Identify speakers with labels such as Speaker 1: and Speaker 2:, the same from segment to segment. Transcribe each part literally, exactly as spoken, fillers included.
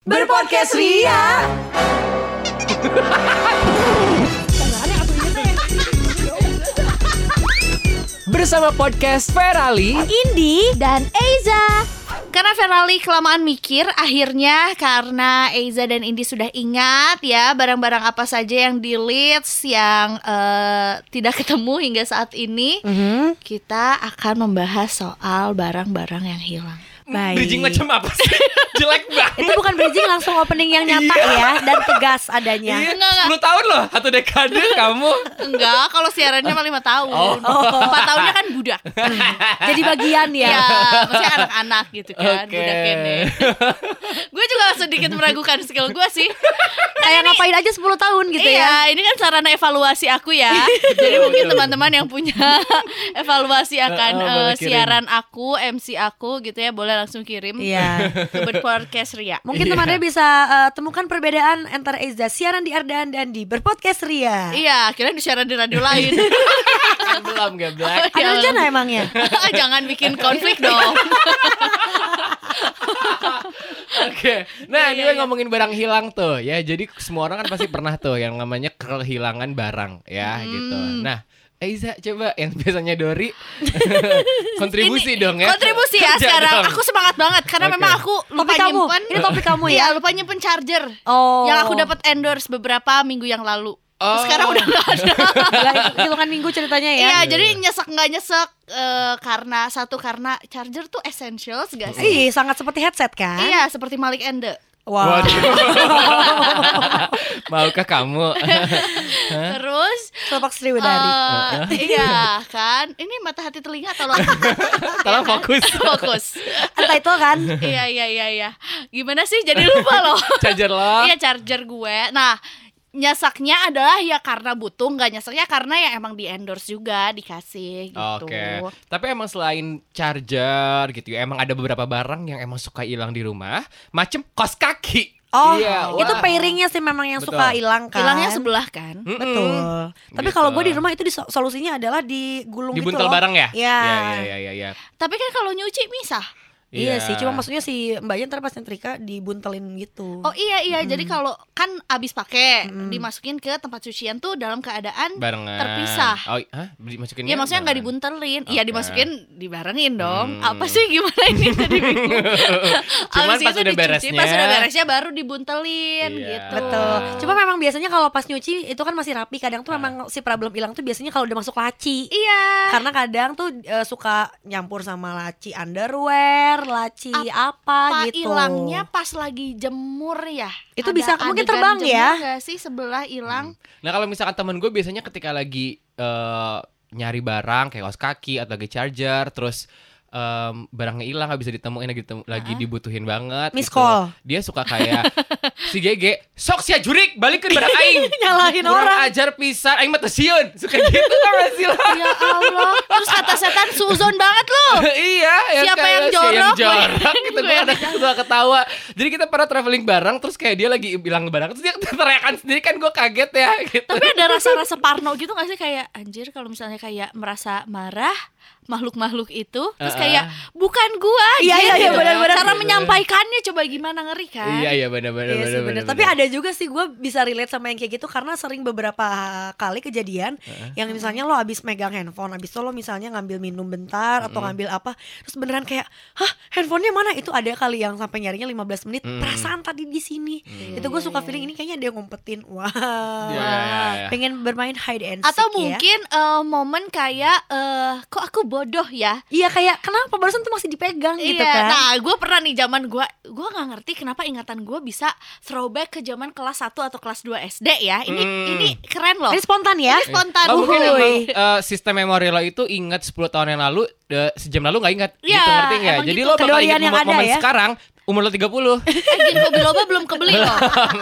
Speaker 1: Berpodcast Ria.
Speaker 2: Bersama podcast Ferali,
Speaker 1: Indi, dan Eiza.
Speaker 3: Karena Ferali kelamaan mikir, akhirnya karena Eiza dan Indi sudah ingat ya barang-barang apa saja yang di list yang uh, tidak ketemu hingga saat ini, mm-hmm. kita akan membahas soal barang-barang yang hilang.
Speaker 1: Baik.
Speaker 2: Bridging macam apa sih? Jelek banget.
Speaker 1: Itu bukan bridging, langsung opening yang nyata ya dan tegas adanya.
Speaker 2: Iya, sepuluh tahun loh, satu dekade kamu.
Speaker 3: Enggak, kalau siarannya mah lima tahun.
Speaker 2: Oh.
Speaker 3: empat tahunnya kan budak.
Speaker 1: Jadi bagian ya.
Speaker 3: Ya, maksudnya anak-anak gitu kan,
Speaker 2: okay.
Speaker 3: budak ini. Gue juga sedikit meragukan skill gue sih.
Speaker 1: Kayak ngapain aja sepuluh tahun gitu
Speaker 3: iya,
Speaker 1: ya.
Speaker 3: ini kan sarana evaluasi aku ya. Jadi mungkin teman-teman yang punya evaluasi akan
Speaker 2: oh,
Speaker 3: uh, siaran aku, M C aku gitu ya, boleh langsung kirim
Speaker 1: iya.
Speaker 3: ke Berpodcast Ria.
Speaker 1: Mungkin
Speaker 2: iya.
Speaker 1: teman-teman bisa uh, temukan perbedaan antara Eiza siaran di Ardan dan di Berpodcast Ria.
Speaker 3: Iya, kira di siaran di radio lain.
Speaker 2: Kan belum geblek.
Speaker 1: Ada rencana emangnya?
Speaker 3: Jangan bikin konflik dong.
Speaker 2: Oke, nah
Speaker 3: ya,
Speaker 2: ini
Speaker 3: ya, ya.
Speaker 2: ngomongin barang hilang tuh ya. Jadi semua orang kan pasti pernah tuh yang namanya kehilangan barang ya hmm. gitu. Nah, Eiza coba yang biasanya Dori kontribusi
Speaker 3: ini,
Speaker 2: dong ya.
Speaker 3: Kontribusi ya
Speaker 2: Kerja
Speaker 3: sekarang.
Speaker 2: dong.
Speaker 3: Aku semangat banget karena
Speaker 2: okay.
Speaker 3: memang aku lupa
Speaker 1: topik kamu.
Speaker 3: nyimpen.
Speaker 1: Ini topik kamu ya.
Speaker 3: Iya, lupa nyimpen charger.
Speaker 1: Oh.
Speaker 3: Yang aku dapat endorse beberapa minggu yang lalu.
Speaker 2: Oh.
Speaker 3: Sekarang udah nggak ada.
Speaker 1: Hitungan minggu ceritanya ya.
Speaker 3: Iya, jadi nyesek nggak nyesek uh, karena satu karena charger tuh essentials gak sih?
Speaker 1: Ih, sangat seperti headset kan?
Speaker 3: Iya, seperti Malik Ende.
Speaker 1: Wow.
Speaker 2: Maukah kamu?
Speaker 3: Terus
Speaker 1: Selepak Sriwedari.
Speaker 3: uh, Iya kan. Ini mata hati telinga tolong.
Speaker 2: Tolong fokus.
Speaker 3: Fokus.
Speaker 1: Entah itu kan.
Speaker 3: Iya iya iya iya. Gimana sih jadi lupa loh.
Speaker 2: Charger lo.
Speaker 3: Iya, charger gue. Nah, nyesaknya adalah ya karena butuh, nggak nyesaknya karena ya emang di endorse juga, dikasih gitu.
Speaker 2: Oke. Tapi emang selain charger gitu ya, emang ada beberapa barang yang emang suka hilang di rumah, macem kaos kaki.
Speaker 1: Oh,
Speaker 2: iya,
Speaker 1: itu
Speaker 2: wah.
Speaker 1: pairingnya sih memang yang
Speaker 2: Betul.
Speaker 1: suka hilang kan.
Speaker 3: Hilangnya sebelah kan.
Speaker 2: Mm-mm.
Speaker 1: Betul. Tapi
Speaker 2: Gitu.
Speaker 1: kalau gue di rumah itu di solusinya adalah digulung gitu
Speaker 2: Dibuntel
Speaker 1: loh.
Speaker 2: barang ya?
Speaker 1: Iya.
Speaker 2: Iya iya iya iya.
Speaker 3: Tapi kan kalau nyuci misah.
Speaker 1: Iya sih, cuma maksudnya si mbaknya ntar pas nyetrika dibuntelin gitu.
Speaker 3: Oh iya iya,
Speaker 1: Mm.
Speaker 3: jadi kalau kan abis pakai
Speaker 1: Mm.
Speaker 3: dimasukin ke tempat cucian tuh dalam keadaan
Speaker 2: barengan.
Speaker 3: terpisah.
Speaker 2: Oh, hah? Dimasukin
Speaker 3: Ya maksudnya nggak dibuntelin, iya
Speaker 2: Oke.
Speaker 3: dimasukin dibarengin dong.
Speaker 2: Hmm.
Speaker 3: Apa sih gimana ini tadi bingung.
Speaker 2: Cuman
Speaker 3: Abis
Speaker 2: pas
Speaker 3: itu
Speaker 2: udah
Speaker 3: dicuci,
Speaker 2: beresnya.
Speaker 3: pas udah beresnya baru dibuntelin
Speaker 2: Iya.
Speaker 3: gitu.
Speaker 1: Betul. Cuma memang biasanya kalau pas nyuci itu kan masih rapi. Kadang tuh
Speaker 2: Ah.
Speaker 1: memang si problem hilang tuh biasanya kalau udah masuk laci.
Speaker 3: Iya.
Speaker 1: Karena kadang tuh uh, suka nyampur sama laci underwear, laci apa,
Speaker 3: Apa
Speaker 1: gitu.
Speaker 3: hilangnya pas lagi jemur ya?
Speaker 1: Itu
Speaker 3: Ada
Speaker 1: bisa mungkin
Speaker 3: adegan
Speaker 1: terbang
Speaker 3: jemur
Speaker 1: ya?
Speaker 3: nggak sih sebelah hilang?
Speaker 2: Nah kalau misalkan temen gue biasanya ketika lagi eh, nyari barang kayak kaos kaki atau lagi charger, terus um, barangnya hilang nggak bisa ditemuin lagi ditemu, lagi dibutuhin banget.
Speaker 1: Miss
Speaker 2: gitu.
Speaker 1: call.
Speaker 2: Dia suka kayak si Gege, sok sia jurik balikin barang aing.
Speaker 1: Nyalahin
Speaker 2: Kurang
Speaker 1: orang.
Speaker 2: ajar pisan, aing mah teu sieun. Suka gitu tau gak sih lah.
Speaker 3: Ya Allah. Terus kata setan suzon banget lu.
Speaker 2: Iya,
Speaker 3: Siapa
Speaker 2: kayak
Speaker 3: yang
Speaker 2: si yang
Speaker 3: jorok?
Speaker 2: jorok gitu. Gue
Speaker 3: Gue
Speaker 2: ada suka ketawa. Jadi kita pernah traveling bareng, terus kayak dia lagi bilang barang, terus dia teriakan sendiri, kan gue kaget ya gitu.
Speaker 3: Tapi ada rasa-rasa parno gitu gak sih, kayak anjir kalau misalnya kayak merasa marah makhluk-makhluk itu, terus kayak bukan gua.
Speaker 1: Iya, iya, iya,
Speaker 3: gitu.
Speaker 1: benar-benar.
Speaker 3: Cara menyampaikannya coba gimana, ngeri kan?
Speaker 2: Iya iya benar-benar.
Speaker 1: Iya sih bener. Tapi ada juga sih gue bisa relate sama yang kayak gitu karena sering beberapa kali kejadian uh-huh. yang misalnya lo abis megang handphone, abis itu lo misalnya ngambil minum bentar atau
Speaker 2: uh-huh.
Speaker 1: ngambil apa, terus beneran kayak, hah handphonenya mana? Itu ada kali yang sampai nyarinya lima belas menit. Uh-huh. Perasaan tadi di sini. Uh-huh. Itu gue suka feeling ini kayaknya dia ngumpetin. Wah. Wow.
Speaker 2: Yeah.
Speaker 1: Pengen bermain hide and seek.
Speaker 3: Atau
Speaker 1: ya.
Speaker 3: mungkin uh, momen kayak uh, kok aku bodoh ya?
Speaker 1: Iya kayak kenapa barusan tuh masih dipegang
Speaker 3: Iya,
Speaker 1: gitu kan.
Speaker 3: nah gue pernah nih zaman gue, gue gak ngerti kenapa ingatan gue bisa throwback ke zaman kelas satu atau kelas dua S D ya. Ini
Speaker 2: Hmm.
Speaker 3: ini keren loh.
Speaker 1: Ini spontan ya.
Speaker 3: Ini spontan.
Speaker 2: Oh, mungkin
Speaker 1: Uhuy.
Speaker 2: emang uh, sistem memori lo itu ingat sepuluh tahun yang lalu, uh, sejam lalu gak ingat.
Speaker 3: Iya,
Speaker 2: gitu ngerti gak?
Speaker 3: emang
Speaker 2: Jadi
Speaker 3: gitu.
Speaker 2: lo bakal
Speaker 1: Kedolian
Speaker 2: ingat
Speaker 1: yang
Speaker 2: momen,
Speaker 1: ada
Speaker 2: momen
Speaker 1: ya.
Speaker 2: sekarang umur lo tiga puluh.
Speaker 3: Eh, Ginkgo biloba belum kebeli loh.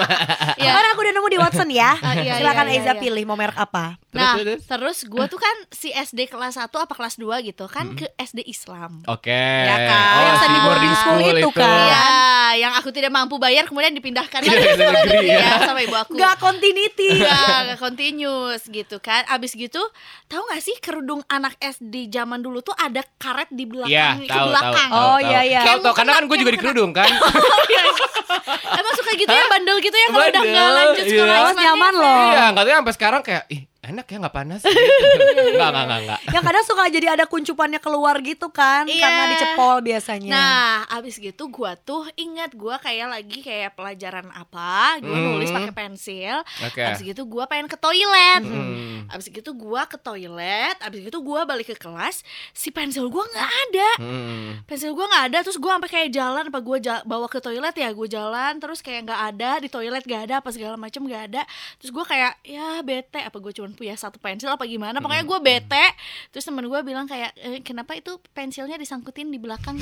Speaker 3: Ya.
Speaker 1: Kemarin aku udah nemu di Watson ya.
Speaker 3: Ah, iya,
Speaker 1: Silakan
Speaker 3: iya, iya,
Speaker 1: Eiza
Speaker 3: iya.
Speaker 1: pilih mau merek apa.
Speaker 3: Nah,
Speaker 2: Terus, terus.
Speaker 3: terus gue tuh kan si S D kelas satu apa kelas dua gitu kan ke S D Islam.
Speaker 2: Oke.
Speaker 3: Ya kan?
Speaker 2: Oh,
Speaker 3: Yang
Speaker 2: si
Speaker 3: semi
Speaker 2: boarding school itu.
Speaker 1: kan?
Speaker 3: Iya, yang aku tidak mampu bayar kemudian dipindahkan
Speaker 2: Iya,
Speaker 3: lagi
Speaker 2: dari
Speaker 3: ke
Speaker 2: negeri,
Speaker 3: negeri
Speaker 2: ya.
Speaker 3: ya sama ibu aku.
Speaker 1: Gak continuity.
Speaker 3: Gak, gak continuous gitu kan. Abis gitu, tahu gak sih kerudung anak S D zaman dulu tuh ada karet di belakang,
Speaker 2: Iya,
Speaker 3: ke
Speaker 2: tahu tahu.
Speaker 3: belakang.
Speaker 2: tahu,
Speaker 1: Oh,
Speaker 2: tahu.
Speaker 1: iya, iya.
Speaker 2: Tahu, tahu. Karena kan gue
Speaker 3: Yang
Speaker 2: juga di
Speaker 3: kena-
Speaker 2: kerudung kan.
Speaker 3: Emang suka gitu ya, bandel gitu ya kalau udah
Speaker 2: Bandel,
Speaker 3: nggak lanjut
Speaker 2: iya.
Speaker 3: sekolah
Speaker 1: Terus nyaman loh.
Speaker 2: Iya, nggak tahu sampai sekarang kayak ih enak ya nggak panas. Gitu. Nggak nggak nggak nggak.
Speaker 1: Yang kadang suka jadi ada kuncupannya keluar gitu kan,
Speaker 3: Iya.
Speaker 1: karena dicepol biasanya.
Speaker 3: Nah, abis gitu gua tuh ingat gua kayak lagi kayak pelajaran apa, gua
Speaker 2: Hmm.
Speaker 3: nulis pakai pensil.
Speaker 2: Oke.
Speaker 3: Abis gitu gua pengen ke toilet.
Speaker 2: Hmm.
Speaker 3: Abis gitu gua ke toilet, abis gitu gua balik ke kelas, si pensil gua nggak ada.
Speaker 2: Hmm.
Speaker 3: Pensil gua nggak ada, terus gua sampai kayak jalan apa gua ja- bawa ke toilet ya, gua jalan terus kayak nggak ada di toilet, nggak ada apa segala macem nggak ada. Terus gua kayak ya bete, apa gua cuma punya satu pensil apa gimana, pokoknya gua bete. Terus temen gua bilang kayak e, kenapa itu pensilnya disangkutin di belakang.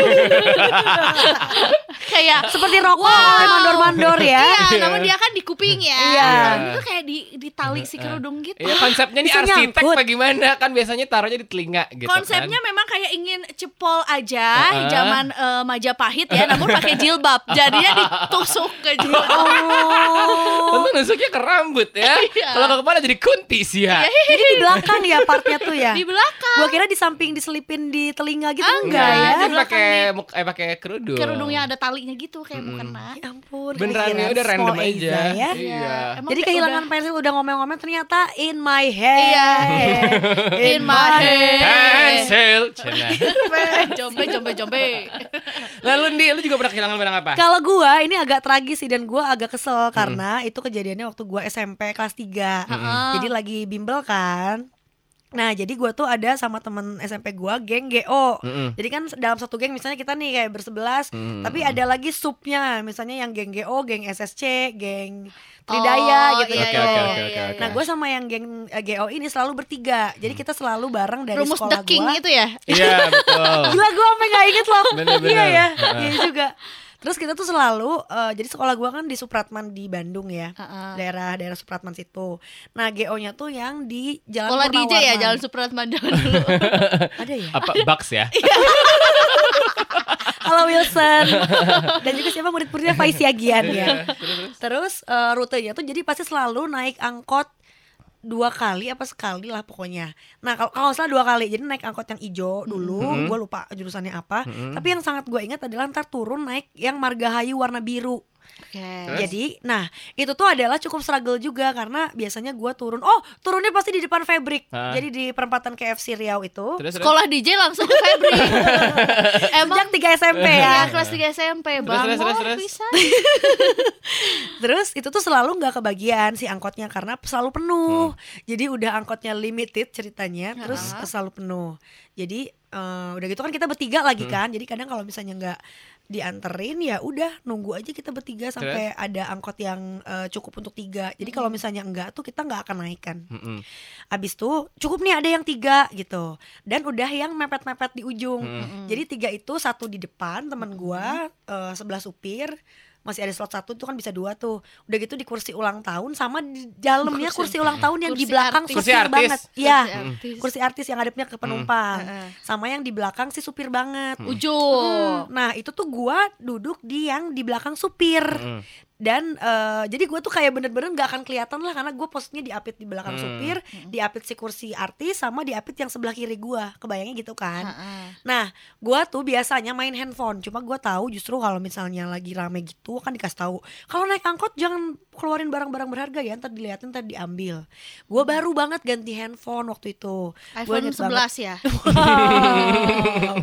Speaker 3: Kayak
Speaker 1: Seperti rokok
Speaker 3: wow.
Speaker 1: oleh mandor-mandor ya.
Speaker 3: Iya, namun dia kan di kuping ya.
Speaker 1: Iya.
Speaker 3: Itu kayak di di tali si kerudung gitu.
Speaker 2: Iya konsepnya nih
Speaker 1: Bisa
Speaker 2: arsitek
Speaker 1: nyangkut.
Speaker 2: apa gimana kan biasanya taruhnya di telinga gitu
Speaker 3: Konsepnya
Speaker 2: kan.
Speaker 3: memang kayak ingin cepol aja
Speaker 2: Uh-uh.
Speaker 3: zaman eh, Majapahit ya, namun pakai jilbab. Jadinya ditusuk ke jilbab.
Speaker 1: Oh.
Speaker 2: Tentu nusuknya ke rambut ya.
Speaker 3: Iya.
Speaker 2: Kalau ke kepala jadi kuntis ya.
Speaker 1: Jadi di belakang ya partnya tuh ya.
Speaker 3: Di belakang.
Speaker 1: Gua kira di samping diselipin di telinga gitu
Speaker 3: Ah,
Speaker 1: enggak ya.
Speaker 2: Jadi
Speaker 3: belakang
Speaker 2: pakai
Speaker 3: nih.
Speaker 2: muk- eh pakai kerudung.
Speaker 3: Kerudungnya ada talinya gitu kayak
Speaker 2: Mm-mm.
Speaker 3: mukena.
Speaker 1: Ya ampun.
Speaker 2: Beneran
Speaker 1: kepikiran
Speaker 2: ya udah random
Speaker 1: small
Speaker 2: aja.
Speaker 1: Eiza ya.
Speaker 2: Iya.
Speaker 3: Emang
Speaker 1: Jadi
Speaker 3: kayak
Speaker 1: kehilangan
Speaker 3: udah-
Speaker 1: pensil udah ngomel-ngomel ternyata in my head.
Speaker 3: Iya. In my head.
Speaker 2: Pensil. Cina.
Speaker 3: Jombe jombe jombe.
Speaker 2: Lalu Ndi, lu juga pernah kehilangan barang apa?
Speaker 1: Kalau gua ini agak tragis sih dan gua agak kesel karena itu kejadiannya waktu gua S M P kelas tiga.
Speaker 3: Heeh.
Speaker 1: Jadi lagi bimbel kan. Nah jadi gua tuh ada sama temen S M P gua geng G O.
Speaker 2: Mm-mm.
Speaker 1: Jadi kan dalam satu geng misalnya kita nih kayak bersebelas,
Speaker 2: Mm.
Speaker 1: tapi ada lagi subnya, misalnya yang geng G O, geng S S C, geng Tridaya
Speaker 3: Oh,
Speaker 1: gitu
Speaker 3: iya,
Speaker 1: gitu.
Speaker 2: Oke,
Speaker 3: iya,
Speaker 2: oke,
Speaker 3: iya,
Speaker 2: oke,
Speaker 3: iya.
Speaker 2: oke.
Speaker 1: Nah gue sama yang geng eh, G O ini selalu bertiga, jadi kita selalu bareng dari
Speaker 3: Rumus
Speaker 1: sekolah
Speaker 3: the king
Speaker 1: gua.
Speaker 3: itu ya.
Speaker 2: Iya betul.
Speaker 1: Gila gue sampai gak inget loh.
Speaker 2: Bener-bener.
Speaker 1: Iya ya,
Speaker 2: Heeh.
Speaker 1: iya juga. Terus kita tuh selalu, eh, jadi sekolah gua kan di Supratman di Bandung ya,
Speaker 3: Heeh.
Speaker 1: daerah daerah Supratman situ. Nah G O-nya tuh yang di Jalan
Speaker 3: Sekolah D J ya,
Speaker 1: Purnawarman.
Speaker 3: Jalan Supratman dulu.
Speaker 1: Ada ya?
Speaker 2: Apa Bucks ya?
Speaker 1: Halo Wilson. Dan juga siapa murid-muridnya Faiz Yagian ya.
Speaker 2: Iya, terus,
Speaker 1: Terus eh, rutenya tuh jadi pasti selalu naik angkot dua kali apa sekali lah pokoknya. Nah kalau kalau nggak salah dua kali. Jadi naik angkot yang hijau dulu,
Speaker 2: Mhm.
Speaker 1: gue lupa jurusannya apa.
Speaker 2: Mhm.
Speaker 1: Tapi yang sangat gue ingat adalah ntar turun naik yang Margahayu warna biru.
Speaker 3: Oke.
Speaker 2: Terus?
Speaker 1: Jadi, nah itu tuh adalah cukup struggle juga karena biasanya gue turun. Oh turunnya pasti di depan Fabric.
Speaker 2: Ah.
Speaker 1: Jadi di perempatan K F C Riau itu.
Speaker 2: terus, terus.
Speaker 3: Sekolah D J langsung ke Febri.
Speaker 1: Sejak tiga S M P
Speaker 3: Ya,
Speaker 1: ya.
Speaker 3: kelas tiga S M P
Speaker 2: Terus,
Speaker 3: Bang.
Speaker 2: terus, terus,
Speaker 3: Oh,
Speaker 2: terus.
Speaker 3: bisa.
Speaker 1: Terus itu tuh selalu nggak kebagian si angkotnya karena selalu penuh. Jadi udah angkotnya limited ceritanya, terus
Speaker 3: Ah.
Speaker 1: selalu penuh. Jadi eh, udah gitu kan kita bertiga lagi kan. Jadi kadang kalau misalnya nggak dianterin ya udah nunggu aja kita bertiga sampai ada angkot yang eh, cukup untuk tiga. Jadi kalau misalnya enggak tuh kita nggak akan naik kan.
Speaker 2: Mm-mm.
Speaker 1: Abis tuh cukup nih ada yang tiga gitu. Dan udah yang mepet-mepet di ujung.
Speaker 2: Mm-mm.
Speaker 1: Jadi tiga itu satu di depan teman gua, eh, sebelah supir, masih ada slot satu tuh kan bisa dua tuh. Udah gitu di kursi ulang tahun sama di dalamnya kursi,
Speaker 3: Kursi-
Speaker 1: ulang tahun yang di
Speaker 3: kursi
Speaker 1: belakang
Speaker 3: artis.
Speaker 2: Kursi
Speaker 1: supir
Speaker 2: artis.
Speaker 1: banget. Iya.
Speaker 3: Kursi artis.
Speaker 1: Kursi artis yang ngadepnya ke penumpang.
Speaker 3: Heeh.
Speaker 1: Sama yang di belakang si supir banget.
Speaker 3: Ujung.
Speaker 1: Nah, itu tuh gua duduk di yang di belakang supir.
Speaker 2: Mm.
Speaker 1: Dan eh, jadi gue tuh kayak bener-bener nggak akan kelihatan lah karena gue posisinya diapit di belakang
Speaker 2: Hmm.
Speaker 1: supir, diapit si kursi artis sama diapit yang sebelah kiri gue, kebayangnya gitu kan.
Speaker 3: Heeh.
Speaker 1: Nah, gue tuh biasanya main handphone, cuma gue tahu justru kalau misalnya lagi rame gitu kan dikasih tahu kalau naik angkot jangan keluarin barang-barang berharga ya, ntar diliatin ntar diambil. Gue baru banget ganti handphone waktu itu. Gua
Speaker 3: iPhone
Speaker 1: inget
Speaker 3: sebelas ya.
Speaker 1: Wow.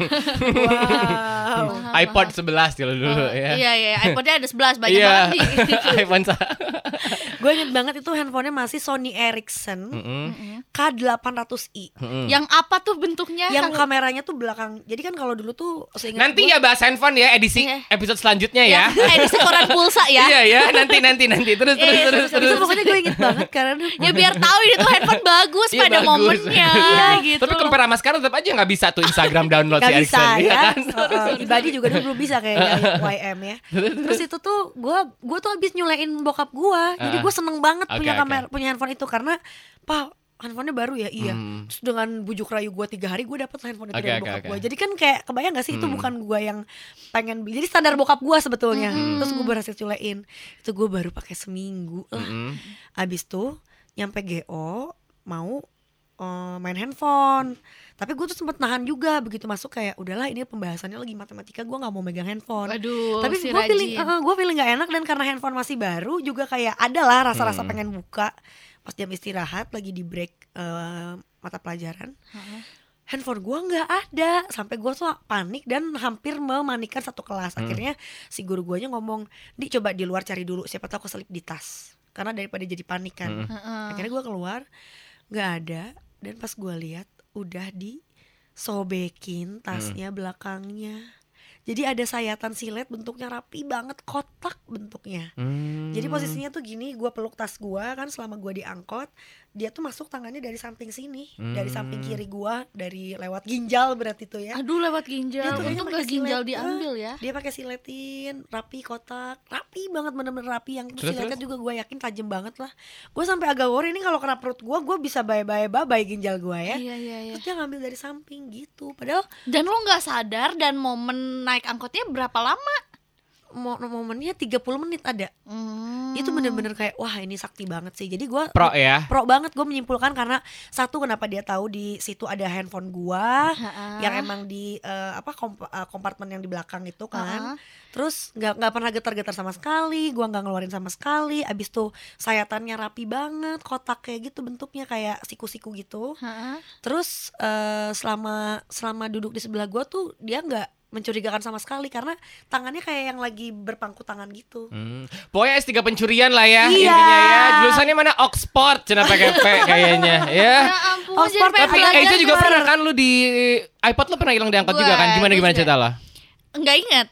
Speaker 1: Wow.
Speaker 2: iPod sebelas dulu dulu ya.
Speaker 3: Iya iya, iPodnya ada sebelas banyak
Speaker 2: Iya.
Speaker 3: banget nih.
Speaker 2: iPhone sa-
Speaker 1: Gue inget banget itu handphonenya masih Sony Ericsson
Speaker 2: Mm-mm.
Speaker 1: K delapan ratus i.
Speaker 2: Mm-mm.
Speaker 3: Yang apa tuh bentuknya?
Speaker 1: Yang
Speaker 3: Kan-
Speaker 1: kameranya tuh belakang. Jadi kan kalau dulu tuh seingat
Speaker 2: Nanti
Speaker 1: gua-
Speaker 2: ya bahas handphone ya edisi
Speaker 3: Iya.
Speaker 2: episode selanjutnya ya.
Speaker 3: yang edisi koran pulsa ya.
Speaker 2: Iya ya, nanti nanti nanti terus terus
Speaker 3: Iya,
Speaker 2: terus
Speaker 1: Itu
Speaker 2: terus.
Speaker 1: pokoknya gue inget banget karena
Speaker 3: Ya biar tahu ini tuh handphone bagus
Speaker 2: Iya,
Speaker 3: pada
Speaker 2: bagus.
Speaker 3: momennya
Speaker 2: Iya,
Speaker 3: gitu.
Speaker 2: Tapi compare sama sekarang tetap aja nggak bisa tuh Instagram download
Speaker 1: Gak
Speaker 2: si
Speaker 1: bisa
Speaker 2: Ericsson
Speaker 1: ya,
Speaker 2: ya kan.
Speaker 1: uh, Ibadi juga dulu belum bisa kayaknya Y M ya. Terus itu tuh gue gue tuh habis nyulein bokap gue, jadi
Speaker 2: Ah.
Speaker 1: gue seneng banget
Speaker 2: Oke,
Speaker 1: punya
Speaker 2: oke.
Speaker 1: kamera, punya handphone itu karena pak handphonenya baru ya, iya.
Speaker 2: Hmm.
Speaker 1: Terus dengan bujuk rayu gue tiga hari gue dapet handphone itu
Speaker 2: Oke,
Speaker 1: dari
Speaker 2: oke,
Speaker 1: bokap
Speaker 2: oke.
Speaker 1: gue. Jadi kan kayak kebayang gak sih itu
Speaker 2: Hmm.
Speaker 1: bukan gue yang pengen beli, jadi standar bokap gue sebetulnya.
Speaker 3: Hmm.
Speaker 1: Terus gue berhasil culein, itu gue baru pakai seminggu lah.
Speaker 2: Mm-mm.
Speaker 1: Abis tuh nyampe G O mau uh, main handphone. Tapi gue tuh sempet nahan juga begitu masuk kayak udahlah ini pembahasannya lagi matematika, gue nggak mau megang handphone.
Speaker 3: Waduh,
Speaker 1: Tapi
Speaker 3: si
Speaker 1: gue feeling,
Speaker 3: rajin.
Speaker 1: uh, gue feeling nggak enak dan karena handphone masih baru juga kayak ada lah rasa-rasa
Speaker 2: Hmm.
Speaker 1: pengen buka pas jam istirahat lagi di break uh, mata pelajaran.
Speaker 3: Heeh.
Speaker 1: Handphone gue nggak ada sampai gue tuh panik dan hampir memanikan satu kelas. Akhirnya si guru guanya ngomong, "Di coba di luar cari dulu, siapa tahu keselip di tas." Karena daripada jadi panik kan.
Speaker 2: Hmm.
Speaker 3: Heeh.
Speaker 1: Akhirnya gue keluar, nggak ada. Dan pas gue lihat udah disobekin tasnya belakangnya. Jadi ada sayatan silet bentuknya rapi banget, kotak bentuknya.
Speaker 2: Hmm.
Speaker 1: Jadi posisinya tuh gini, gue peluk tas gue kan selama gue diangkot, dia tuh masuk tangannya dari samping sini, dari samping kiri gue, dari lewat ginjal berarti tuh ya.
Speaker 3: Aduh, lewat ginjal.
Speaker 1: Dia tuh
Speaker 3: Untung
Speaker 1: kayaknya
Speaker 3: gak
Speaker 1: pakai
Speaker 3: ginjal
Speaker 1: silet.
Speaker 3: diambil ya.
Speaker 1: Dia pakai siletin, rapi kotak, rapi banget bener-bener rapi. Yang
Speaker 2: Terus,
Speaker 1: siletnya
Speaker 2: terus?
Speaker 1: juga gue yakin tajam banget lah. Gue sampai agak worry ini kalau kena perut gue, gue bisa bye-bye-bye ginjal gue ya.
Speaker 3: Iya, iya, iya.
Speaker 1: Terus dia ngambil dari samping gitu. Padahal
Speaker 3: Dan lo nggak sadar dan momen naik angkotnya berapa lama?
Speaker 1: mo- momennya tiga puluh menit ada.
Speaker 3: Hmm.
Speaker 1: Itu bener-bener kayak wah ini sakti banget sih. Jadi gue
Speaker 2: Pro ya.
Speaker 1: pro banget gue menyimpulkan karena satu kenapa dia tahu di situ ada handphone gua
Speaker 3: Ha-ha.
Speaker 1: yang emang di eh, apa komp- eh, kompartemen yang di belakang itu kan.
Speaker 3: Ha-ha.
Speaker 1: Terus nggak nggak pernah getar-getar sama sekali, gua nggak ngeluarin sama sekali. Abis tuh sayatannya rapi banget, kotak kayak gitu bentuknya kayak siku-siku gitu.
Speaker 3: Ha-ha.
Speaker 1: Terus eh, selama selama duduk di sebelah gua tuh dia nggak mencurigakan sama sekali karena tangannya kayak yang lagi berpangku tangan gitu.
Speaker 2: Hmm. Pokoknya S tiga pencurian lah ya
Speaker 1: Iya.
Speaker 2: intinya ya. Jurusannya mana Oxford cina pakai P kayaknya ya.
Speaker 3: Ya ampun,
Speaker 1: Oh,
Speaker 3: jadi
Speaker 1: sport,
Speaker 3: pengen
Speaker 2: Tapi
Speaker 1: Belajar
Speaker 2: Aiza juga
Speaker 1: gimana?
Speaker 2: pernah kan lu di iPod lu pernah hilang di angkot
Speaker 3: Gua-
Speaker 2: juga kan? Gimana
Speaker 3: gua
Speaker 2: gimana
Speaker 3: juga.
Speaker 2: cerita lah?
Speaker 3: Nggak inget.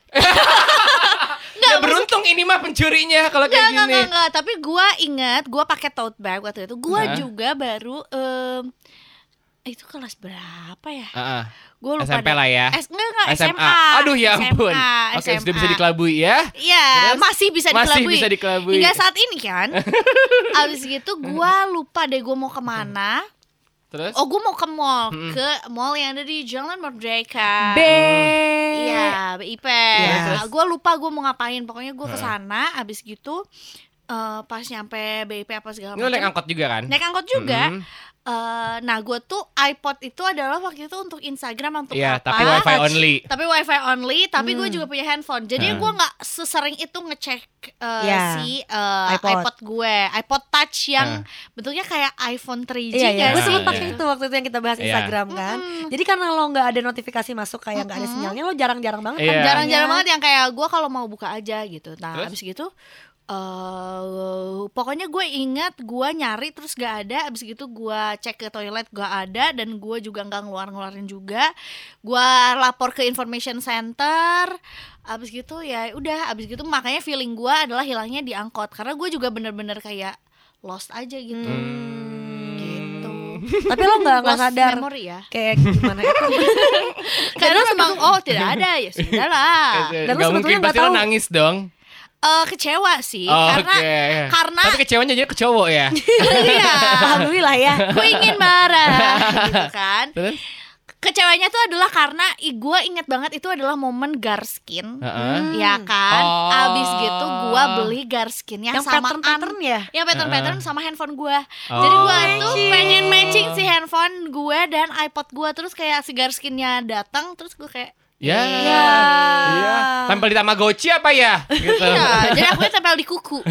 Speaker 2: Ya beruntung ini mah pencurinya kalau kayak
Speaker 3: Enggak, enggak,
Speaker 2: gini.
Speaker 3: enggak, enggak. Tapi gue ingat, gue pakai tote bag waktu itu. Gue
Speaker 2: Hah?
Speaker 3: juga baru em, itu kelas berapa ya?
Speaker 2: Heeh.
Speaker 3: Gue lupa
Speaker 2: S M P
Speaker 3: deh.
Speaker 2: lah ya.
Speaker 3: S, enggak, enggak,
Speaker 2: S M A.
Speaker 3: S M A.
Speaker 2: Aduh ya ampun.
Speaker 3: S M A,
Speaker 2: Oke,
Speaker 3: S M A.
Speaker 2: sudah bisa dikelabui ya.
Speaker 3: Iya,
Speaker 2: Terus?
Speaker 3: masih bisa
Speaker 2: Masih
Speaker 3: dikelabui.
Speaker 2: bisa dikelabui.
Speaker 3: Hingga saat ini kan. Abis gitu gue lupa deh gue mau kemana.
Speaker 2: Terus?
Speaker 3: Oh, gue mau ke mall,
Speaker 2: Mm-mm.
Speaker 3: ke mall yang ada di Jalan Merdeka.
Speaker 1: B.
Speaker 3: Iya, B I P.
Speaker 1: Iya.
Speaker 3: Nah, gue lupa gue mau ngapain. Pokoknya gue kesana. Abis gitu, eh, pas nyampe B I P apa segala
Speaker 2: Ini lu naik
Speaker 3: macam.
Speaker 2: angkot juga kan?
Speaker 3: Naik angkot juga.
Speaker 2: Mm-mm.
Speaker 3: Eh, nah, gue tuh iPod itu adalah waktu itu untuk Instagram, untuk
Speaker 2: Iya,
Speaker 3: apa?
Speaker 2: tapi wifi only.
Speaker 3: Tapi wifi only. Tapi gue
Speaker 1: Hmm.
Speaker 3: juga punya handphone. Jadi
Speaker 2: Hmm.
Speaker 3: gue nggak sesering itu ngecek eh,
Speaker 1: Iya.
Speaker 3: si eh,
Speaker 1: iPod.
Speaker 3: iPod gue, iPod Touch yang bentuknya kayak iPhone tiga G.
Speaker 1: Iya, iya.
Speaker 3: nggak
Speaker 1: Gue
Speaker 3: sih?
Speaker 1: sempet
Speaker 2: Iya.
Speaker 1: pakai itu waktu itu yang kita bahas
Speaker 2: Iya.
Speaker 1: Instagram kan.
Speaker 3: Mm-mm.
Speaker 1: Jadi karena lo nggak ada notifikasi masuk kayak nggak ada
Speaker 3: Mm-mm.
Speaker 1: sinyalnya, lo jarang-jarang banget
Speaker 2: Iya.
Speaker 1: kan.
Speaker 3: Jarang-jarang
Speaker 1: bukanya.
Speaker 3: banget yang kayak gue kalau mau buka aja gitu. Nah,
Speaker 2: Terus?
Speaker 3: abis gitu eh pokoknya gue ingat gue nyari terus gak ada. Abis gitu gue cek ke toilet gak ada. Dan gue juga gak ngeluarin-ngeluarin juga. Gue lapor ke information center. Abis gitu ya udah. Abis gitu makanya feeling gue adalah hilangnya di angkot. Karena gue juga bener-bener kayak lost aja gitu.
Speaker 1: Hmm.
Speaker 3: Gitu.
Speaker 1: Tapi lo nggak nggak
Speaker 3: Lost
Speaker 1: sadar
Speaker 3: memory ya.
Speaker 1: kayak gimana itu.
Speaker 3: Karena memang oh tidak ada ya sudah lah.
Speaker 1: Dan lu
Speaker 2: Gak
Speaker 1: sebetulnya
Speaker 2: mungkin
Speaker 1: nggak
Speaker 2: pasti lo
Speaker 1: tahu.
Speaker 2: nangis dong.
Speaker 3: Eh, kecewa sih
Speaker 2: Oh,
Speaker 3: karena
Speaker 2: oke.
Speaker 3: karena
Speaker 2: Tapi kecewanya jadi ke cowok ya.
Speaker 3: iya.
Speaker 1: Alhamdulillah ya.
Speaker 3: Gue ingin marah gitu kan.
Speaker 2: Terus?
Speaker 3: Kecewanya tuh adalah karena gue inget banget itu adalah momen Garskin.
Speaker 2: Heeh.
Speaker 3: Ya kan.
Speaker 2: Oh.
Speaker 3: Abis gitu gue beli Garskin yang,
Speaker 1: Yang
Speaker 3: samaan
Speaker 1: pattern-pattern ya.
Speaker 3: yang pattern-pattern
Speaker 2: Heeh.
Speaker 3: sama handphone gue.
Speaker 2: Oh.
Speaker 3: Jadi gue tuh pengen matching si handphone gue dan iPod gue. Terus kayak si Garskinnya datang. Terus gue kayak
Speaker 2: Ya.
Speaker 1: Iya.
Speaker 2: Iya. Tempel di Tamagotchi apa ya? Gitu.
Speaker 3: iya. Jadi aku tempel di kuku.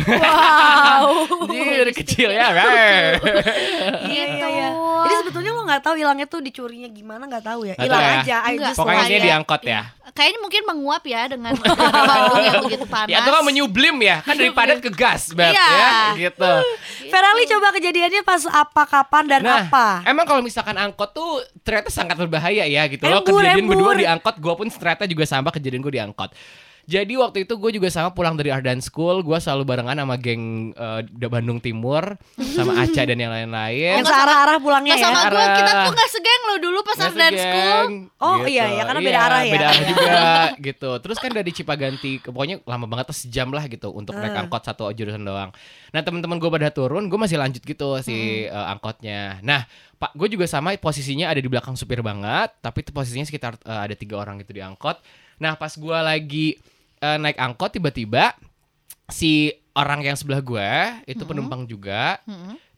Speaker 1: Wow.
Speaker 2: Jadi dari kecil ya. Rar.
Speaker 1: Iya,
Speaker 3: Gitu.
Speaker 1: iya, iya. Jadi sebetulnya lo nggak tahu hilangnya tuh dicurinya gimana, nggak tahu ya.
Speaker 2: Nggak
Speaker 1: Hilang
Speaker 2: tahu ya.
Speaker 1: aja. I
Speaker 3: Enggak.
Speaker 1: just
Speaker 2: Pokoknya
Speaker 1: like
Speaker 2: dia
Speaker 1: it.
Speaker 2: diangkot ya.
Speaker 3: Kayaknya mungkin menguap ya dengan udara Bandung yang begitu panas.
Speaker 2: Ya itu kan menyublim ya. Kan dari padat ke gas, Beb,
Speaker 3: Iya.
Speaker 2: ya. Gitu.
Speaker 1: Ferali coba kejadiannya pas apa, kapan, dan
Speaker 2: Nah,
Speaker 1: apa?
Speaker 2: emang kalau misalkan angkot tuh ternyata sangat berbahaya ya gitu loh.
Speaker 1: Embur,
Speaker 2: Kejadian
Speaker 1: embur.
Speaker 2: berdua di angkot, gue pun ternyata juga sama kejadian gue di angkot. Jadi waktu itu gue juga sama pulang dari Ardan School, gue selalu barengan sama geng eh, Bandung Timur, sama Aca dan yang lain-lain.
Speaker 1: Yang searah-arah pulangnya
Speaker 3: Nggak
Speaker 1: ya.
Speaker 3: sama gue,
Speaker 2: Arah.
Speaker 3: kita tuh gak segeng loh dulu pas
Speaker 2: Nggak
Speaker 3: Ardan
Speaker 2: segeng,
Speaker 3: School.
Speaker 1: Oh, iya, iya, karena beda arah ya.
Speaker 2: Beda arah juga gitu. Terus kan dari Cipaganti, ke- pokoknya lama banget tuh sejam lah gitu untuk naik
Speaker 1: Eh.
Speaker 2: angkot satu jurusan doang. Nah teman-teman gue pada turun, gue masih lanjut gitu si eh, angkotnya. Nah pak, gue juga sama posisinya ada di belakang supir banget, tapi itu posisinya sekitar eh, ada tiga orang gitu di angkot. Nah pas gue lagi eh, naik angkot tiba-tiba si orang yang sebelah gue itu penumpang juga.
Speaker 3: Hmm.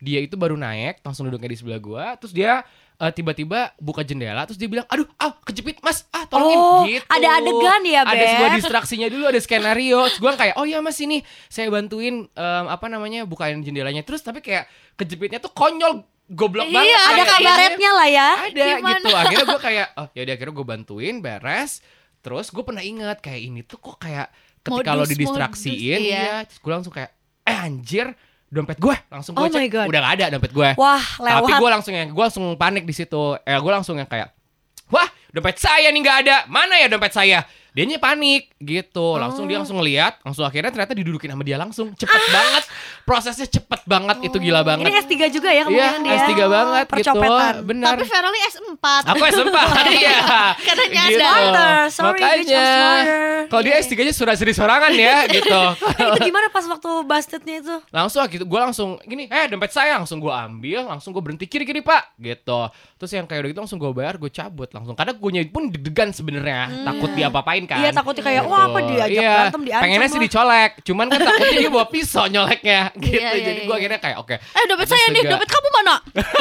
Speaker 2: dia itu baru naik, langsung duduknya di sebelah gue. Terus dia uh, tiba-tiba buka jendela, terus dia bilang, aduh, ah kejepit mas, ah tolongin
Speaker 1: Oh,
Speaker 2: gitu.
Speaker 1: ada adegan ya,
Speaker 2: Ada
Speaker 1: Beb?
Speaker 2: sebuah distraksinya dulu, ada skenario. Terus gue kayak, oh iya mas ini saya bantuin um, apa namanya bukain jendelanya. Terus tapi kayak kejepitnya tuh konyol, goblok
Speaker 3: Iya,
Speaker 2: banget.
Speaker 1: Ada
Speaker 2: Kayak-
Speaker 1: kabaretnya lah ya.
Speaker 2: ada
Speaker 3: Gimana?
Speaker 2: gitu. Akhirnya gue kayak, oh yaudah akhirnya gue bantuin beres. Terus gue pernah ingat kayak ini tuh kok kayak ketika lo
Speaker 3: Modus,
Speaker 2: didistraksiin,
Speaker 3: modus, iya.
Speaker 2: iya. Terus gue langsung kayak, eh anjir, dompet gue. Langsung gue
Speaker 1: Oh my
Speaker 2: cek,
Speaker 1: God.
Speaker 2: udah gak ada dompet gue.
Speaker 1: Wah,
Speaker 2: Tapi
Speaker 1: lewat.
Speaker 2: gue langsung yang gue langsung panik di situ. Eh gue langsung yang kayak, wah dompet saya nih nggak ada. Mana ya dompet saya? Dianya panik gitu. Langsung dia langsung ngeliat. Langsung akhirnya ternyata didudukin sama dia langsung. Cepet banget. Prosesnya cepet banget. Itu gila banget.
Speaker 1: Ini S tiga juga ya
Speaker 2: Iya
Speaker 1: kemungkinan dia.
Speaker 2: S tiga banget gitu.
Speaker 1: Percopetan.
Speaker 2: Benar.
Speaker 3: Tapi Verly S empat.
Speaker 2: Aku S empat. Iya.
Speaker 3: Karena nyadar.
Speaker 2: Gitu.
Speaker 1: Smarter. Sorry, bitch, I'm
Speaker 2: Makanya
Speaker 1: smarter.
Speaker 2: kalau dia S tiga-nya surah-suri sorangan ya gitu.
Speaker 1: Itu gimana pas waktu bastednya itu?
Speaker 2: Langsung gitu, gue langsung gini, eh dompet saya, langsung gue ambil, langsung gue berhenti kiri kiri pak, gitu. Terus yang kayak udah gitu langsung gue bayar, gue cabut langsung. Karena gue pun deg-degan sebenarnya, takut diapa-apain kan.
Speaker 1: Iya, takutnya kayak,
Speaker 2: Gitu.
Speaker 1: wah, apa diajak
Speaker 2: Iya,
Speaker 1: berantem, diancam
Speaker 2: pengennya sih
Speaker 1: lah.
Speaker 2: dicolek, cuman kan takutnya dia bawa pisau nyoleknya, gitu.
Speaker 3: Iya, iya,
Speaker 2: Jadi gue
Speaker 3: iya.
Speaker 2: akhirnya kayak oke.
Speaker 3: Eh dompet saya nih, dompet kamu mana?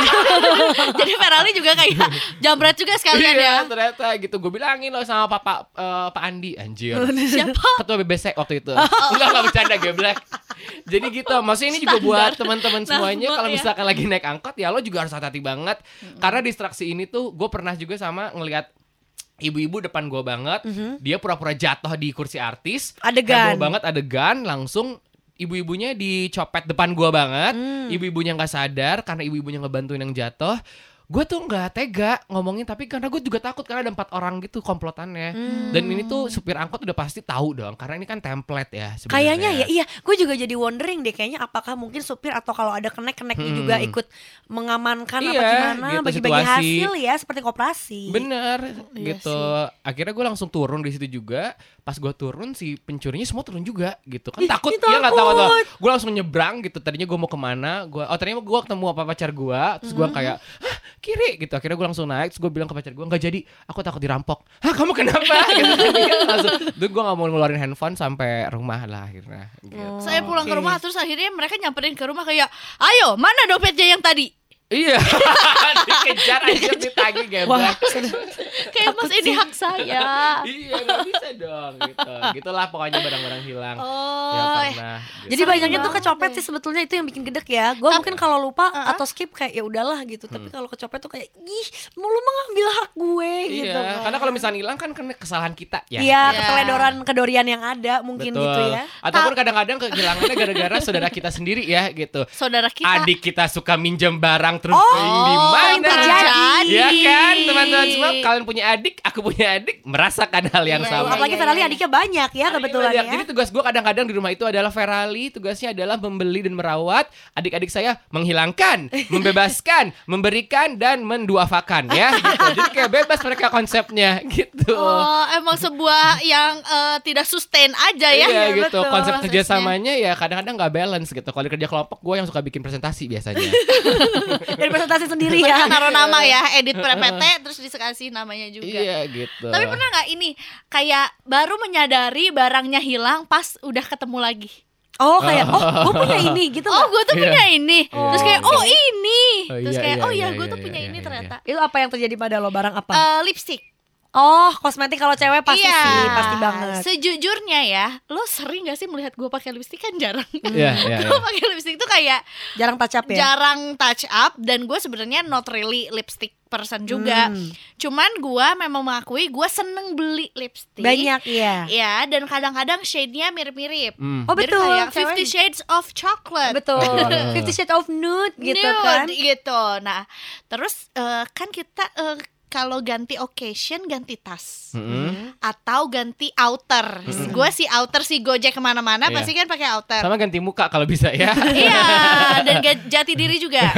Speaker 3: Jadi Verly juga kayak jambret juga sekalian
Speaker 2: Iya,
Speaker 3: ya.
Speaker 2: ternyata gitu. Gue bilangin loh sama Papa eh, Pak Andi, anjir.
Speaker 3: Siapa?
Speaker 2: Ketua B B C waktu itu. Enggak, enggak bercanda geblek. Jadi gitu. Maksudnya ini juga buat teman-teman semuanya
Speaker 3: Nama,
Speaker 2: kalau
Speaker 3: ya.
Speaker 2: misalkan lagi naik angkot ya lo juga harus hati-hati banget. Karena distraksi ini tuh gue pernah juga sama ngelihat ibu-ibu depan gue banget. Dia pura-pura jatuh di kursi artis.
Speaker 1: Adegan.
Speaker 2: Heboh banget adegan langsung ibu-ibunya dicopet depan gua banget.
Speaker 1: Hmm.
Speaker 2: Ibu-ibunya nggak sadar karena ibu-ibunya ngebantuin yang jatuh. Gue tuh nggak tega ngomongin, tapi karena gue juga takut karena ada empat orang gitu komplotannya.
Speaker 1: Hmm.
Speaker 2: Dan ini tuh supir angkot udah pasti tahu dong, karena ini kan template ya sebenarnya.
Speaker 1: Kayaknya ya, iya. Gue juga jadi wondering deh, kayaknya apakah mungkin supir atau kalau ada kenek-keneknya
Speaker 2: Hmm.
Speaker 1: juga ikut mengamankan apa
Speaker 2: Iya,
Speaker 1: gimana,
Speaker 2: gitu
Speaker 1: bagi-bagi
Speaker 2: situasi.
Speaker 1: hasil ya, seperti koperasi.
Speaker 2: Bener
Speaker 1: Iya
Speaker 2: gitu. Akhirnya gue langsung turun di situ juga. Pas gue turun si pencurinya semua turun juga gitu kan.
Speaker 1: Ih,
Speaker 2: Takut
Speaker 1: ih,
Speaker 2: dia nggak tahu
Speaker 1: takut.
Speaker 2: tuh. Gue langsung nyebrang gitu. Tadinya gue mau kemana? Gue oh ternyata gue ketemu apa pacar gue. Terus gue kayak hah kiri gitu. Akhirnya gue langsung naik. Terus gue bilang ke pacar gue nggak jadi. Aku takut dirampok. Hah kamu kenapa? gitu. Langsung. Terus gue nggak mau ngeluarin handphone sampai rumah lah akhirnya. Gitu.
Speaker 3: Saya pulang ke
Speaker 1: Oke.
Speaker 3: rumah terus akhirnya mereka nyamperin ke rumah kayak, ayo mana dompetnya yang tadi?
Speaker 2: Iya. Dikejar aja ditagih
Speaker 1: Wah,
Speaker 2: geblek.
Speaker 3: Kayak mas ini hak saya.
Speaker 2: Iya nggak bisa dong gitu. Gitulah pokoknya barang-barang hilang.
Speaker 3: Oh,
Speaker 2: Ya pernah. gitu.
Speaker 1: jadi banyaknya tuh
Speaker 3: banget
Speaker 1: kecopet
Speaker 3: deh.
Speaker 1: sih sebetulnya, itu yang bikin gedek ya. Gue mungkin kalau lupa
Speaker 3: Uh-uh.
Speaker 1: atau skip kayak ya udahlah gitu. Tapi
Speaker 2: Hmm.
Speaker 1: kalau kecopet tuh kayak ih, mau lu mengambil hak gue gitu.
Speaker 2: Iya, karena kalau misalnya hilang kan kena kesalahan kita ya.
Speaker 1: Iya,
Speaker 3: Iya.
Speaker 1: keteledoran kedorian yang ada mungkin
Speaker 2: Betul.
Speaker 1: gitu ya.
Speaker 2: Ataupun kadang-kadang kehilangannya gara-gara saudara kita sendiri ya gitu.
Speaker 3: saudara kita.
Speaker 2: Adik kita suka minjem barang terus
Speaker 1: Oh,
Speaker 2: di
Speaker 1: sering
Speaker 2: mana?
Speaker 1: terjadi.
Speaker 2: Ya kan, teman-teman semua, kalian punya adik, aku punya adik, merasakan hal yang
Speaker 3: Iya,
Speaker 2: sama.
Speaker 3: iya,
Speaker 1: Apalagi
Speaker 3: iya,
Speaker 1: Ferali
Speaker 3: iya.
Speaker 1: adiknya banyak ya
Speaker 2: Adiknya
Speaker 1: kebetulan
Speaker 2: banyak.
Speaker 1: ya.
Speaker 2: Jadi tugas gue kadang-kadang di rumah itu adalah Ferali, tugasnya adalah membeli dan merawat adik-adik saya, menghilangkan, membebaskan, memberikan dan menduafakan ya. Gitu. Jadi kayak bebas mereka konsepnya gitu.
Speaker 3: Oh, emang sebuah yang eh, tidak sustain aja ya.
Speaker 2: Iya
Speaker 1: Iya,
Speaker 2: gitu.
Speaker 1: betul.
Speaker 2: Konsep
Speaker 3: Prosesnya.
Speaker 2: kerjasamanya ya kadang-kadang nggak balance gitu. Kalau di kerja kelompok gue yang suka bikin presentasi biasanya.
Speaker 1: Dari presentasi sendiri
Speaker 3: Banyak
Speaker 1: ya.
Speaker 3: naruh nama ya, edit P P T terus dikasih namanya juga.
Speaker 2: Iya gitu.
Speaker 3: Tapi pernah nggak ini kayak baru menyadari barangnya hilang pas udah ketemu lagi?
Speaker 1: Oh kayak oh gue punya ini gitu
Speaker 3: Oh,
Speaker 1: nggak?
Speaker 3: gue tuh
Speaker 2: Iya.
Speaker 3: punya ini. Terus kayak oh ini.
Speaker 2: Oh,
Speaker 3: Terus
Speaker 2: iya,
Speaker 3: kayak
Speaker 2: iya,
Speaker 3: oh iya,
Speaker 2: iya,
Speaker 3: gue
Speaker 2: iya,
Speaker 3: tuh punya
Speaker 2: iya,
Speaker 3: ini
Speaker 2: iya,
Speaker 3: ternyata.
Speaker 1: Itu apa yang terjadi pada lo, barang apa?
Speaker 3: Eh, lipstick.
Speaker 1: Oh kosmetik kalau cewek pasti
Speaker 3: Iya.
Speaker 1: sih, pasti banget.
Speaker 3: Sejujurnya ya, lo sering gak sih melihat gue pakai lipstick? Kan jarang.
Speaker 2: Iya, iya,
Speaker 3: Gue
Speaker 2: iya.
Speaker 3: pakai lipstick tuh kayak
Speaker 1: Jarang touch up ya.
Speaker 3: jarang touch up, dan gue sebenarnya not really lipstick person juga.
Speaker 1: Hmm.
Speaker 3: Cuman gue memang mengakui gue seneng beli lipstick.
Speaker 1: Banyak ya.
Speaker 3: Ya, dan kadang-kadang shade-nya mirip-mirip.
Speaker 2: Hmm.
Speaker 1: Oh
Speaker 3: Jadi
Speaker 1: betul.
Speaker 3: kayak
Speaker 1: cewek.
Speaker 3: Fifty Shades of Chocolate.
Speaker 1: Betul.
Speaker 2: Betul.
Speaker 1: Fifty Shades of Nude gitu
Speaker 3: Nude,
Speaker 1: kan.
Speaker 3: gitu. Nah, terus eh, kan kita eh, kalau ganti occasion ganti tas
Speaker 2: Mm-mm.
Speaker 3: atau ganti outer. Gue sih outer sih Gojek kemana-mana
Speaker 2: Iya.
Speaker 3: pasti kan pakai outer.
Speaker 2: Sama ganti muka kalau bisa ya.
Speaker 3: Iya, dan ga- jati diri juga.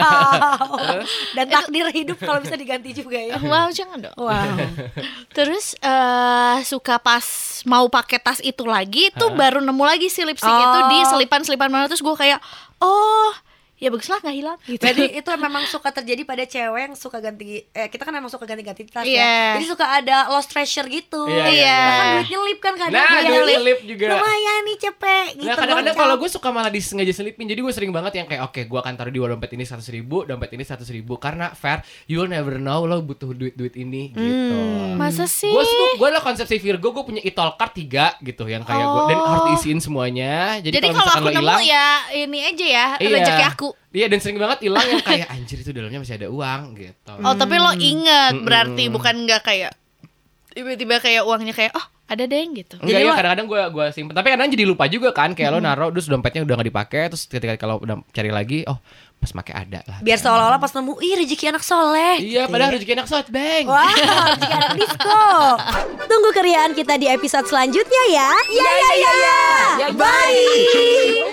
Speaker 1: Wow. Dan takdir hidup kalau bisa diganti juga ya.
Speaker 3: Wow, jangan dong.
Speaker 1: Wow.
Speaker 3: Terus eh suka pas mau pakai tas itu lagi tuh
Speaker 2: Hah?
Speaker 3: baru nemu lagi si lipstick
Speaker 1: Oh.
Speaker 3: itu di selipan-selipan mana, terus gue kayak oh ya baguslah nggak hilang gitu.
Speaker 1: Berarti itu memang suka terjadi pada cewek yang suka ganti eh kita kan emang suka ganti-ganti tas
Speaker 3: Iya.
Speaker 1: ya. Jadi suka ada lost treasure gitu.
Speaker 2: Iya,
Speaker 3: iya, iya.
Speaker 1: Bahkan duit nyelip kan kadang.
Speaker 2: Nah,
Speaker 1: Duit
Speaker 2: duit nyelip juga.
Speaker 1: Lumayan nih cepet gitu.
Speaker 2: Nah kadang-kadang
Speaker 1: gocap.
Speaker 2: kalau gue suka malah disengaja selipin. Jadi gue sering banget yang kayak oke gue akan taruh di dompet ini seratus ribu, dompet ini seratus ribu. Karena fair, you will never know lo butuh duit-duit ini gitu.
Speaker 3: Masa sih?
Speaker 2: Gue gue lah konsepsi Virgo, gue punya e-tol card tiga gitu yang kayak gue dan harus diisiin semuanya. Jadi,
Speaker 3: Jadi
Speaker 2: kalau
Speaker 3: kalau
Speaker 2: misalkan
Speaker 3: aku
Speaker 2: lo
Speaker 3: nemu
Speaker 2: hilang,
Speaker 3: ya ini aja ya
Speaker 2: Iya.
Speaker 3: rezeki aku.
Speaker 2: iya dan sering banget hilang yang kayak anjir itu dalamnya masih ada uang gitu.
Speaker 3: Oh tapi lo inget
Speaker 2: Mm-mm.
Speaker 3: berarti bukan nggak kayak tiba-tiba kayak uangnya kayak oh ada deng gitu.
Speaker 2: Enggak
Speaker 1: Jadi
Speaker 2: ya
Speaker 1: lo-
Speaker 2: kadang-kadang gue gue simpen tapi kadang jadi lupa juga kan kayak lo naruh terus dompetnya udah gak dipakai terus ketika kalau udah cari lagi oh pas pakai ada lah.
Speaker 1: Biar seolah-olah pas nemu, ih rezeki anak soleh.
Speaker 2: Iya
Speaker 1: gitu
Speaker 2: padahal
Speaker 1: ya.
Speaker 2: rezeki anak sot bang.
Speaker 1: Wah, rezeki anak disco.
Speaker 4: Tunggu keriaan kita di episode selanjutnya ya. Ya ya ya. ya. Bye.